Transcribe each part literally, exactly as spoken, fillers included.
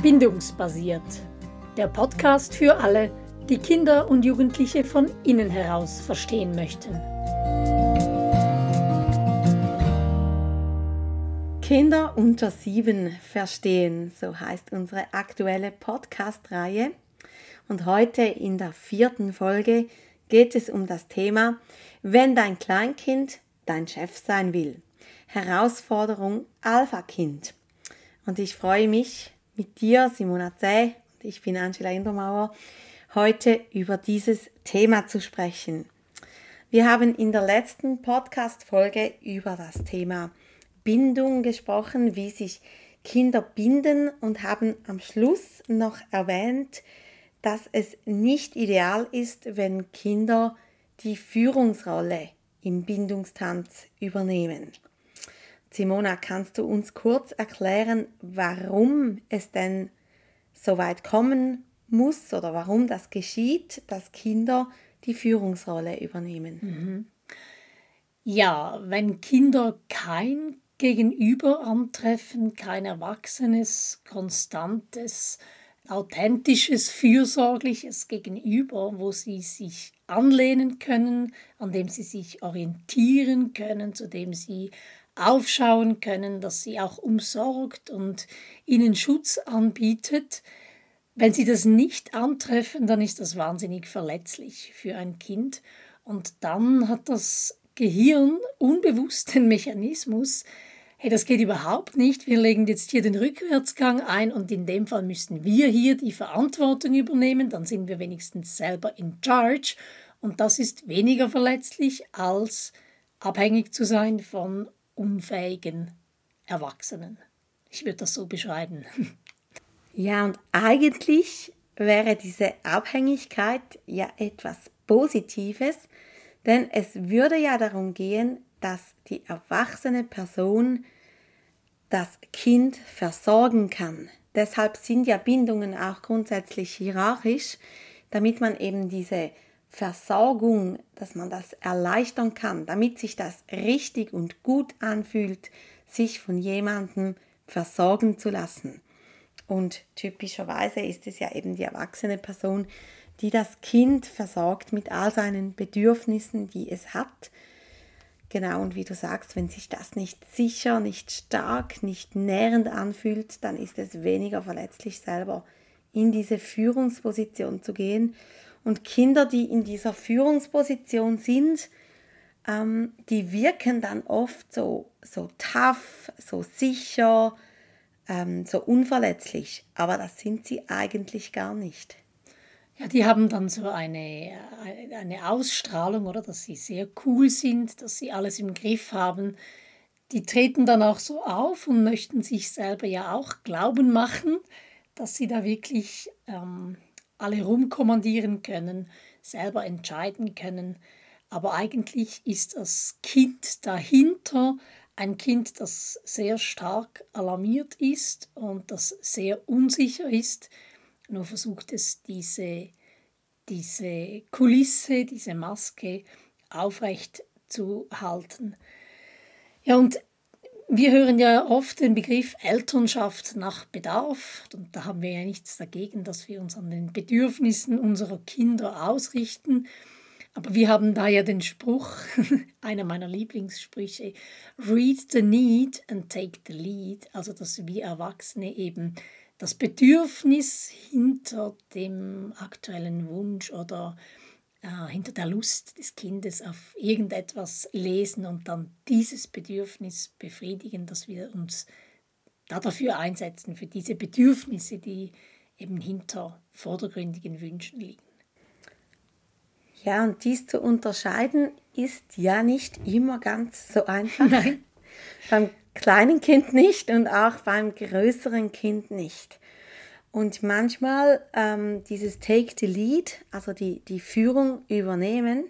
Bindungsbasiert. Der Podcast für alle, die Kinder und Jugendliche von innen heraus verstehen möchten. Kinder unter sieben verstehen, so heißt unsere aktuelle Podcast-Reihe. Und heute in der vierten Folge geht es um das Thema, wenn dein Kleinkind dein Chef sein will. Herausforderung Alpha-Kind. Und ich freue mich mit dir, Simona Zäh, und ich bin Angela Indermauer, heute über dieses Thema zu sprechen. Wir haben in der letzten Podcast-Folge über das Thema Bindung gesprochen, wie sich Kinder binden und haben am Schluss noch erwähnt, dass es nicht ideal ist, wenn Kinder die Führungsrolle im Bindungstanz übernehmen. Simona, kannst du uns kurz erklären, warum es denn so weit kommen muss oder warum das geschieht, dass Kinder die Führungsrolle übernehmen? Mhm. Ja, wenn Kinder kein Gegenüber antreffen, kein erwachsenes, konstantes, authentisches, fürsorgliches Gegenüber, wo sie sich anlehnen können, an dem sie sich orientieren können, zu dem sie aufschauen können, dass sie auch umsorgt und ihnen Schutz anbietet. Wenn sie das nicht antreffen, dann ist das wahnsinnig verletzlich für ein Kind. Und dann hat das Gehirn unbewusst den Mechanismus, hey, das geht überhaupt nicht, wir legen jetzt hier den Rückwärtsgang ein und in dem Fall müssten wir hier die Verantwortung übernehmen, dann sind wir wenigstens selber in charge und das ist weniger verletzlich, als abhängig zu sein von unfähigen Erwachsenen. Ich würde das so beschreiben. Ja, und eigentlich wäre diese Abhängigkeit ja etwas Positives, denn es würde ja darum gehen, dass die erwachsene Person das Kind versorgen kann. Deshalb sind ja Bindungen auch grundsätzlich hierarchisch, damit man eben diese Versorgung, dass man das erleichtern kann, damit sich das richtig und gut anfühlt, sich von jemandem versorgen zu lassen. Und typischerweise ist es ja eben die erwachsene Person, die das Kind versorgt mit all seinen Bedürfnissen, die es hat. Genau, und wie du sagst, wenn sich das nicht sicher, nicht stark, nicht nährend anfühlt, dann ist es weniger verletzlich, selber in diese Führungsposition zu gehen. Und Kinder, die in dieser Führungsposition sind, ähm, die wirken dann oft so, so tough, so sicher, ähm, so unverletzlich. Aber das sind sie eigentlich gar nicht. Ja, die haben dann so eine, eine Ausstrahlung, oder, dass sie sehr cool sind, dass sie alles im Griff haben. Die treten dann auch so auf und möchten sich selber ja auch glauben machen, dass sie da wirklich ähm, alle rumkommandieren können, selber entscheiden können. Aber eigentlich ist das Kind dahinter ein Kind, das sehr stark alarmiert ist und das sehr unsicher ist. Nur versucht es, diese, diese Kulisse, diese Maske aufrecht zu halten. Ja, und wir hören ja oft den Begriff Elternschaft nach Bedarf. Und da haben wir ja nichts dagegen, dass wir uns an den Bedürfnissen unserer Kinder ausrichten. Aber wir haben da ja den Spruch, einer meiner Lieblingssprüche, read the need and take the lead. Also, dass wir Erwachsene eben das Bedürfnis hinter dem aktuellen Wunsch oder äh, hinter der Lust des Kindes auf irgendetwas lesen und dann dieses Bedürfnis befriedigen, dass wir uns da dafür einsetzen, für diese Bedürfnisse, die eben hinter vordergründigen Wünschen liegen. Ja, und dies zu unterscheiden ist ja nicht immer ganz so einfach. Nein. Beim kleinen Kind nicht und auch beim größeren Kind nicht. Und manchmal ähm, dieses Take the Lead, also die, die Führung übernehmen,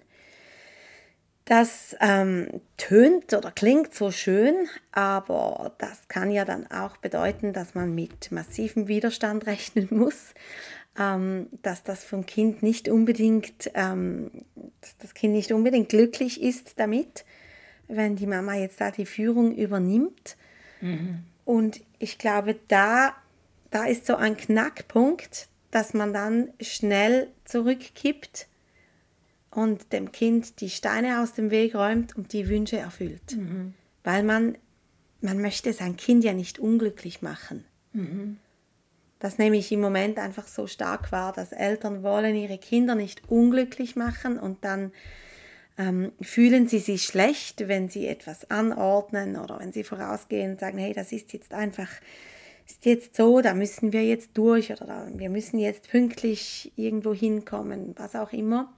das ähm, tönt oder klingt so schön, aber das kann ja dann auch bedeuten, dass man mit massivem Widerstand rechnen muss, ähm, dass das vom Kind nicht unbedingt, ähm, dass das Kind nicht unbedingt glücklich ist damit, wenn die Mama jetzt da die Führung übernimmt. Mhm. Und ich glaube, da da ist so ein Knackpunkt, dass man dann schnell zurückkippt und dem Kind die Steine aus dem Weg räumt und die Wünsche erfüllt. Mhm. Weil man, man möchte sein Kind ja nicht unglücklich machen. Mhm. Das nehme ich im Moment einfach so stark wahr, dass Eltern wollen ihre Kinder nicht unglücklich machen und dann ähm, fühlen sie sich schlecht, wenn sie etwas anordnen oder wenn sie vorausgehen und sagen, hey, das ist jetzt einfach, ist jetzt so, da müssen wir jetzt durch oder da, wir müssen jetzt pünktlich irgendwo hinkommen, was auch immer.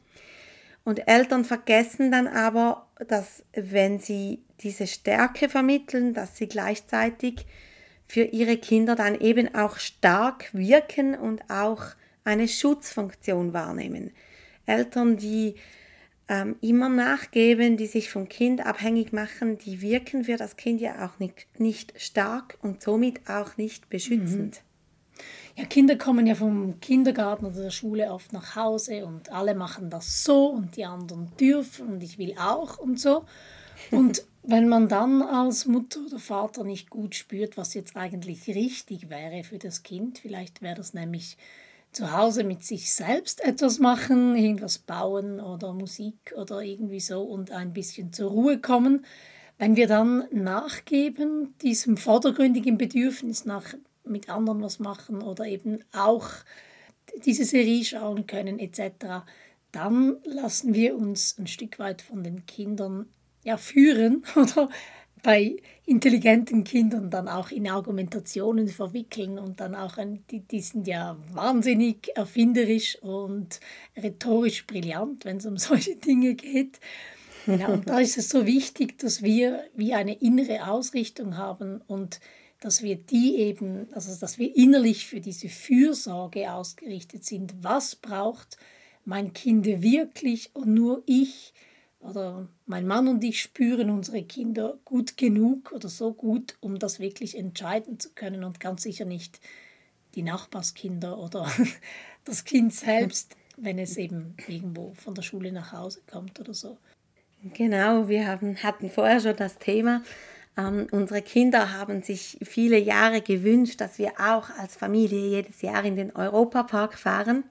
Und Eltern vergessen dann aber, dass wenn sie diese Stärke vermitteln, dass sie gleichzeitig für ihre Kinder dann eben auch stark wirken und auch eine Schutzfunktion wahrnehmen. Eltern, die ähm, immer nachgeben, die sich vom Kind abhängig machen, die wirken für das Kind ja auch nicht, nicht stark und somit auch nicht beschützend. Ja, Kinder kommen ja vom Kindergarten oder der Schule oft nach Hause und alle machen das so und die anderen dürfen und ich will auch und so. Und wenn man dann als Mutter oder Vater nicht gut spürt, was jetzt eigentlich richtig wäre für das Kind, vielleicht wäre das nämlich zu Hause mit sich selbst etwas machen, irgendwas bauen oder Musik oder irgendwie so und ein bisschen zur Ruhe kommen. Wenn wir dann nachgeben, diesem vordergründigen Bedürfnis nach mit anderen was machen oder eben auch diese Serie schauen können et cetera, dann lassen wir uns ein Stück weit von den Kindern ja, führen oder bei intelligenten Kindern dann auch in Argumentationen verwickeln und dann auch, ein, die, die sind ja wahnsinnig erfinderisch und rhetorisch brillant, wenn es um solche Dinge geht. Ja, und da ist es so wichtig, dass wir wie eine innere Ausrichtung haben und dass wir die eben, also dass wir innerlich für diese Fürsorge ausgerichtet sind. Was braucht mein Kind wirklich und nur ich oder mein Mann und ich spüren unsere Kinder gut genug oder so gut, um das wirklich entscheiden zu können und ganz sicher nicht die Nachbarskinder oder das Kind selbst, wenn es eben irgendwo von der Schule nach Hause kommt oder so. Genau, wir haben, hatten vorher schon das Thema, ähm, unsere Kinder haben sich viele Jahre gewünscht, dass wir auch als Familie jedes Jahr in den Europapark fahren.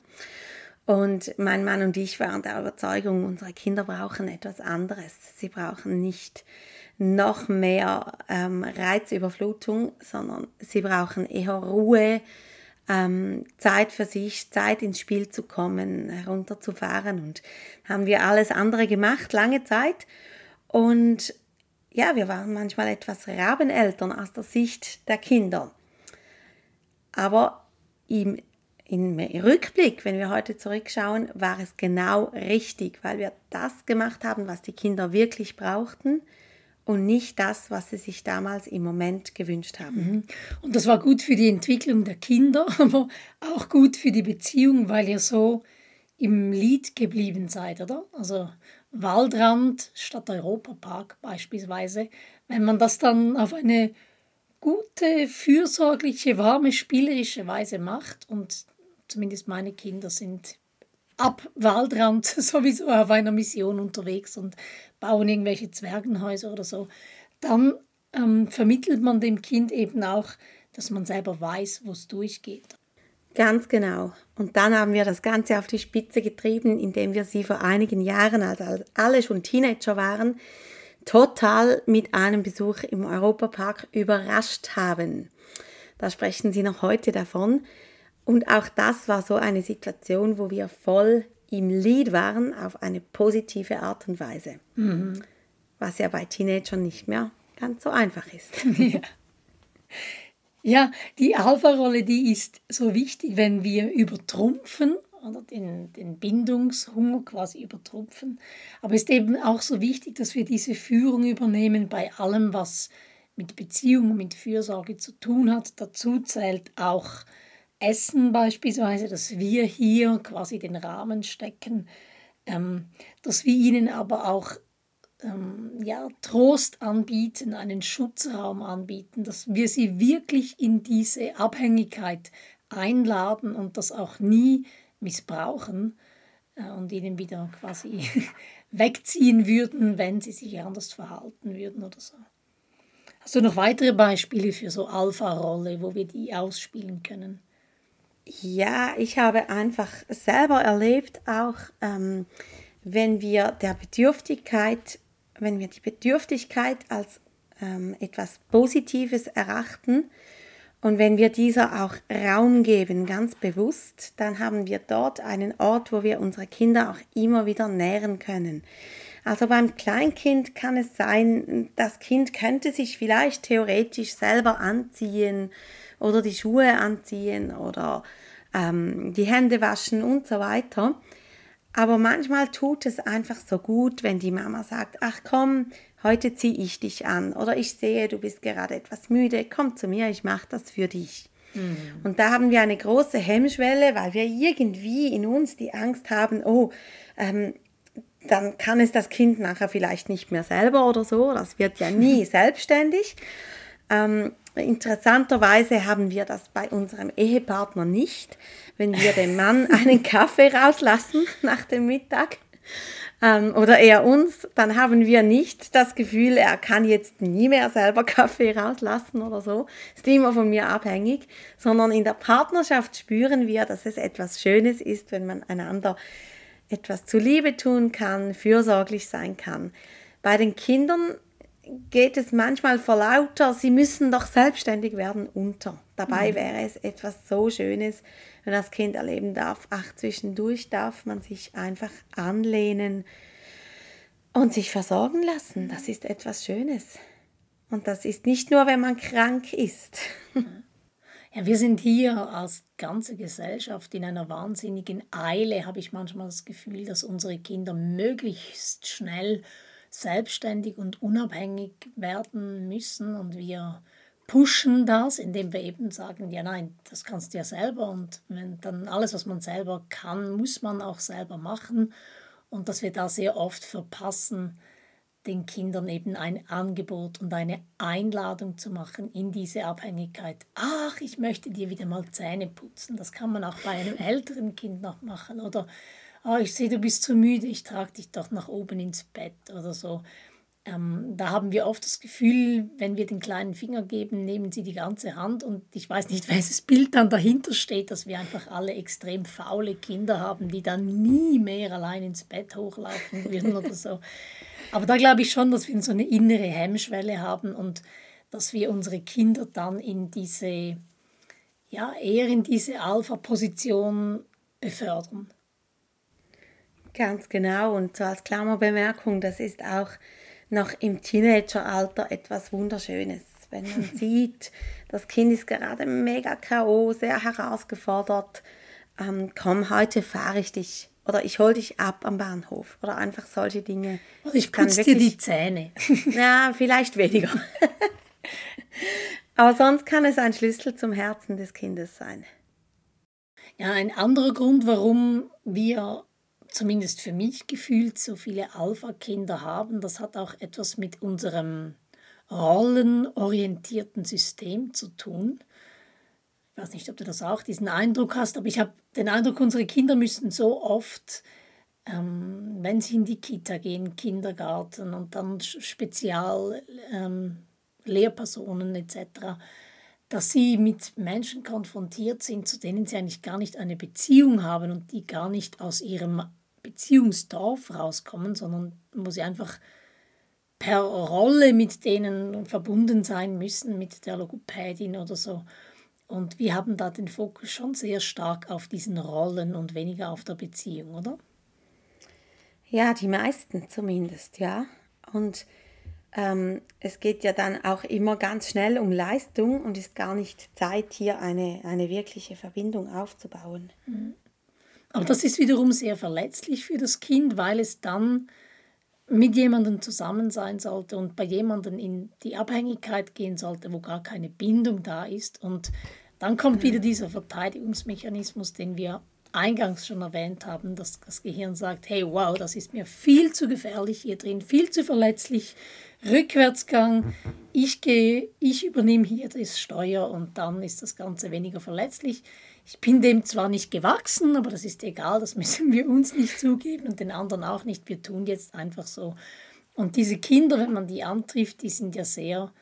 Und mein Mann und ich waren der Überzeugung, unsere Kinder brauchen etwas anderes. Sie brauchen nicht noch mehr ähm, Reizüberflutung, sondern sie brauchen eher Ruhe, ähm, Zeit für sich, Zeit ins Spiel zu kommen, herunterzufahren. Und haben wir alles andere gemacht, lange Zeit. Und ja, wir waren manchmal etwas Rabeneltern aus der Sicht der Kinder. Aber im Im Rückblick, wenn wir heute zurückschauen, war es genau richtig, weil wir das gemacht haben, was die Kinder wirklich brauchten und nicht das, was sie sich damals im Moment gewünscht haben. Und das war gut für die Entwicklung der Kinder, aber auch gut für die Beziehung, weil ihr so im Lied geblieben seid, oder? Also Waldrand statt Europapark beispielsweise. Wenn man das dann auf eine gute, fürsorgliche, warme, spielerische Weise macht und zumindest meine Kinder sind ab Waldrand sowieso auf einer Mission unterwegs und bauen irgendwelche Zwergenhäuser oder so, dann ähm, vermittelt man dem Kind eben auch, dass man selber weiß, wo es durchgeht. Ganz genau. Und dann haben wir das Ganze auf die Spitze getrieben, indem wir sie vor einigen Jahren, als alle schon Teenager waren, total mit einem Besuch im Europapark überrascht haben. Da sprechen sie noch heute davon. Und auch das war so eine Situation, wo wir voll im Lied waren, auf eine positive Art und Weise. Mhm. Was ja bei Teenagern nicht mehr ganz so einfach ist. Ja, ja, die Alpha-Rolle, die ist so wichtig, wenn wir übertrumpfen oder den, den Bindungshunger quasi übertrumpfen. Aber es ist eben auch so wichtig, dass wir diese Führung übernehmen bei allem, was mit Beziehung und mit Fürsorge zu tun hat. Dazu zählt auch Essen beispielsweise, dass wir hier quasi den Rahmen stecken, ähm, dass wir ihnen aber auch ähm, ja, Trost anbieten, einen Schutzraum anbieten, dass wir sie wirklich in diese Abhängigkeit einladen und das auch nie missbrauchen äh, und ihnen wieder quasi wegziehen würden, wenn sie sich anders verhalten würden oder so. Hast du noch weitere Beispiele für so Alpha-Rolle, wo wir die ausspielen können? Ja, ich habe einfach selber erlebt, auch ähm, wenn wir der Bedürftigkeit, wenn wir die Bedürftigkeit als ähm, etwas Positives erachten und wenn wir dieser auch Raum geben, ganz bewusst, dann haben wir dort einen Ort, wo wir unsere Kinder auch immer wieder nähren können. Also beim Kleinkind kann es sein, das Kind könnte sich vielleicht theoretisch selber anziehen oder die Schuhe anziehen oder ähm, die Hände waschen und so weiter. Aber manchmal tut es einfach so gut, wenn die Mama sagt, ach komm, heute ziehe ich dich an oder ich sehe, du bist gerade etwas müde, komm zu mir, ich mache das für dich. Mhm. Und da haben wir eine große Hemmschwelle, weil wir irgendwie in uns die Angst haben, oh, ähm, dann kann es das Kind nachher vielleicht nicht mehr selber oder so, das wird ja nie selbstständig. Ähm, interessanterweise haben wir das bei unserem Ehepartner nicht, wenn wir dem Mann einen Kaffee rauslassen nach dem Mittag ähm, oder er uns, dann haben wir nicht das Gefühl, er kann jetzt nie mehr selber Kaffee rauslassen oder so, ist immer von mir abhängig, sondern in der Partnerschaft spüren wir, dass es etwas Schönes ist, wenn man einander etwas zuliebe tun kann, fürsorglich sein kann. Bei den Kindern geht es manchmal vor lauter, sie müssen doch selbstständig werden, unter. Dabei mhm. wäre es etwas so Schönes, wenn das Kind erleben darf, ach, zwischendurch darf man sich einfach anlehnen und sich versorgen lassen. Das ist etwas Schönes. Und das ist nicht nur, wenn man krank ist. Ja, wir sind hier als ganze Gesellschaft in einer wahnsinnigen Eile, habe ich manchmal das Gefühl, dass unsere Kinder möglichst schnell selbstständig und unabhängig werden müssen und wir pushen das, indem wir eben sagen, ja nein, das kannst du ja selber und wenn dann alles, was man selber kann, muss man auch selber machen und dass wir da sehr oft verpassen, den Kindern eben ein Angebot und eine Einladung zu machen in diese Abhängigkeit. Ach, ich möchte dir wieder mal Zähne putzen. Das kann man auch bei einem älteren Kind noch machen. Oder, oh, ich sehe, du bist zu müde, ich trage dich doch nach oben ins Bett oder so. Ähm, da haben wir oft das Gefühl, wenn wir den kleinen Finger geben, nehmen sie die ganze Hand und ich weiß nicht, welches Bild dann dahinter steht, dass wir einfach alle extrem faule Kinder haben, die dann nie mehr allein ins Bett hochlaufen würden oder so. Aber da glaube ich schon, dass wir so eine innere Hemmschwelle haben und dass wir unsere Kinder dann in diese, ja, eher in diese Alpha-Position befördern. Ganz genau. Und so als Klammerbemerkung, das ist auch noch im Teenageralter etwas Wunderschönes. Wenn man sieht, das Kind ist gerade mega K O, sehr herausgefordert. Ähm, komm, heute fahre ich dich. Oder ich hole dich ab am Bahnhof. Oder einfach solche Dinge. Oder ich putze dir die Zähne. Ja, vielleicht weniger. Aber sonst kann es ein Schlüssel zum Herzen des Kindes sein. Ja, ein anderer Grund, warum wir, zumindest für mich gefühlt, so viele Alpha-Kinder haben, das hat auch etwas mit unserem rollenorientierten System zu tun. Ich weiß nicht, ob du das auch diesen Eindruck hast, aber ich habe den Eindruck, unsere Kinder müssen so oft, ähm, wenn sie in die Kita gehen, Kindergarten und dann Spezial ähm, Lehrpersonen et cetera, dass sie mit Menschen konfrontiert sind, zu denen sie eigentlich gar nicht eine Beziehung haben und die gar nicht aus ihrem Beziehungsdorf rauskommen, sondern wo sie einfach per Rolle mit denen verbunden sein müssen, mit der Logopädin oder so. Und wir haben da den Fokus schon sehr stark auf diesen Rollen und weniger auf der Beziehung, oder? Ja, die meisten zumindest, ja. Und ähm, es geht ja dann auch immer ganz schnell um Leistung und ist gar nicht Zeit, hier eine, eine wirkliche Verbindung aufzubauen. Aber das ist wiederum sehr verletzlich für das Kind, weil es dann mit jemandem zusammen sein sollte und bei jemandem in die Abhängigkeit gehen sollte, wo gar keine Bindung da ist. Und dann kommt wieder dieser Verteidigungsmechanismus, den wir eingangs schon erwähnt haben, dass das Gehirn sagt, hey, wow, das ist mir viel zu gefährlich hier drin, viel zu verletzlich, Rückwärtsgang, ich gehe, ich übernehme hier das Steuer und dann ist das Ganze weniger verletzlich. Ich bin dem zwar nicht gewachsen, aber das ist egal, das müssen wir uns nicht zugeben und den anderen auch nicht. Wir tun jetzt einfach so. Und diese Kinder, wenn man die antrifft, die sind ja sehr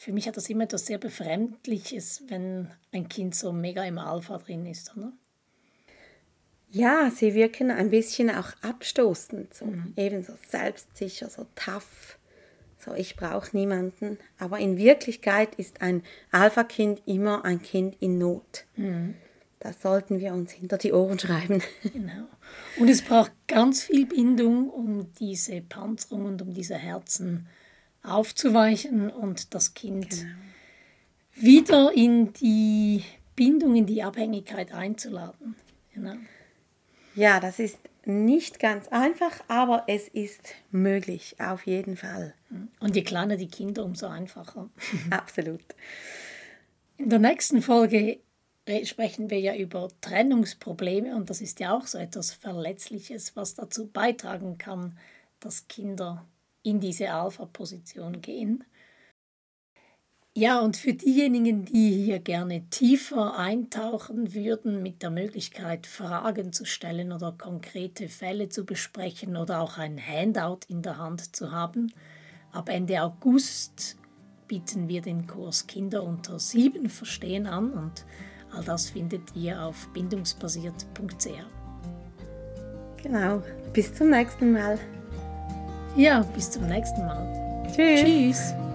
für mich hat das immer etwas sehr Befremdliches, wenn ein Kind so mega im Alpha drin ist, oder? Ja, sie wirken ein bisschen auch abstoßend, so mhm. ebenso selbstsicher, so tough, so ich brauche niemanden. Aber in Wirklichkeit ist ein Alpha-Kind immer ein Kind in Not. Mhm. Das sollten wir uns hinter die Ohren schreiben. Genau. Und es braucht ganz viel Bindung, um diese Panzerung und um diese Herzen aufzuweichen und das Kind genau. wieder in die Bindung, in die Abhängigkeit einzuladen. Genau. Ja, das ist nicht ganz einfach, aber es ist möglich, auf jeden Fall. Und je kleiner die Kinder, umso einfacher. Absolut. In der nächsten Folge sprechen wir ja über Trennungsprobleme und das ist ja auch so etwas Verletzliches, was dazu beitragen kann, dass Kinder in diese Alpha-Position gehen. Ja, und für diejenigen, die hier gerne tiefer eintauchen würden, mit der Möglichkeit, Fragen zu stellen oder konkrete Fälle zu besprechen oder auch ein Handout in der Hand zu haben, ab Ende August bieten wir den Kurs Kinder unter sieben verstehen an und all das findet ihr auf bindungsbasiert punkt c h. Genau, bis zum nächsten Mal. Ja, bis zum nächsten Mal. Tschüss. Tschüss.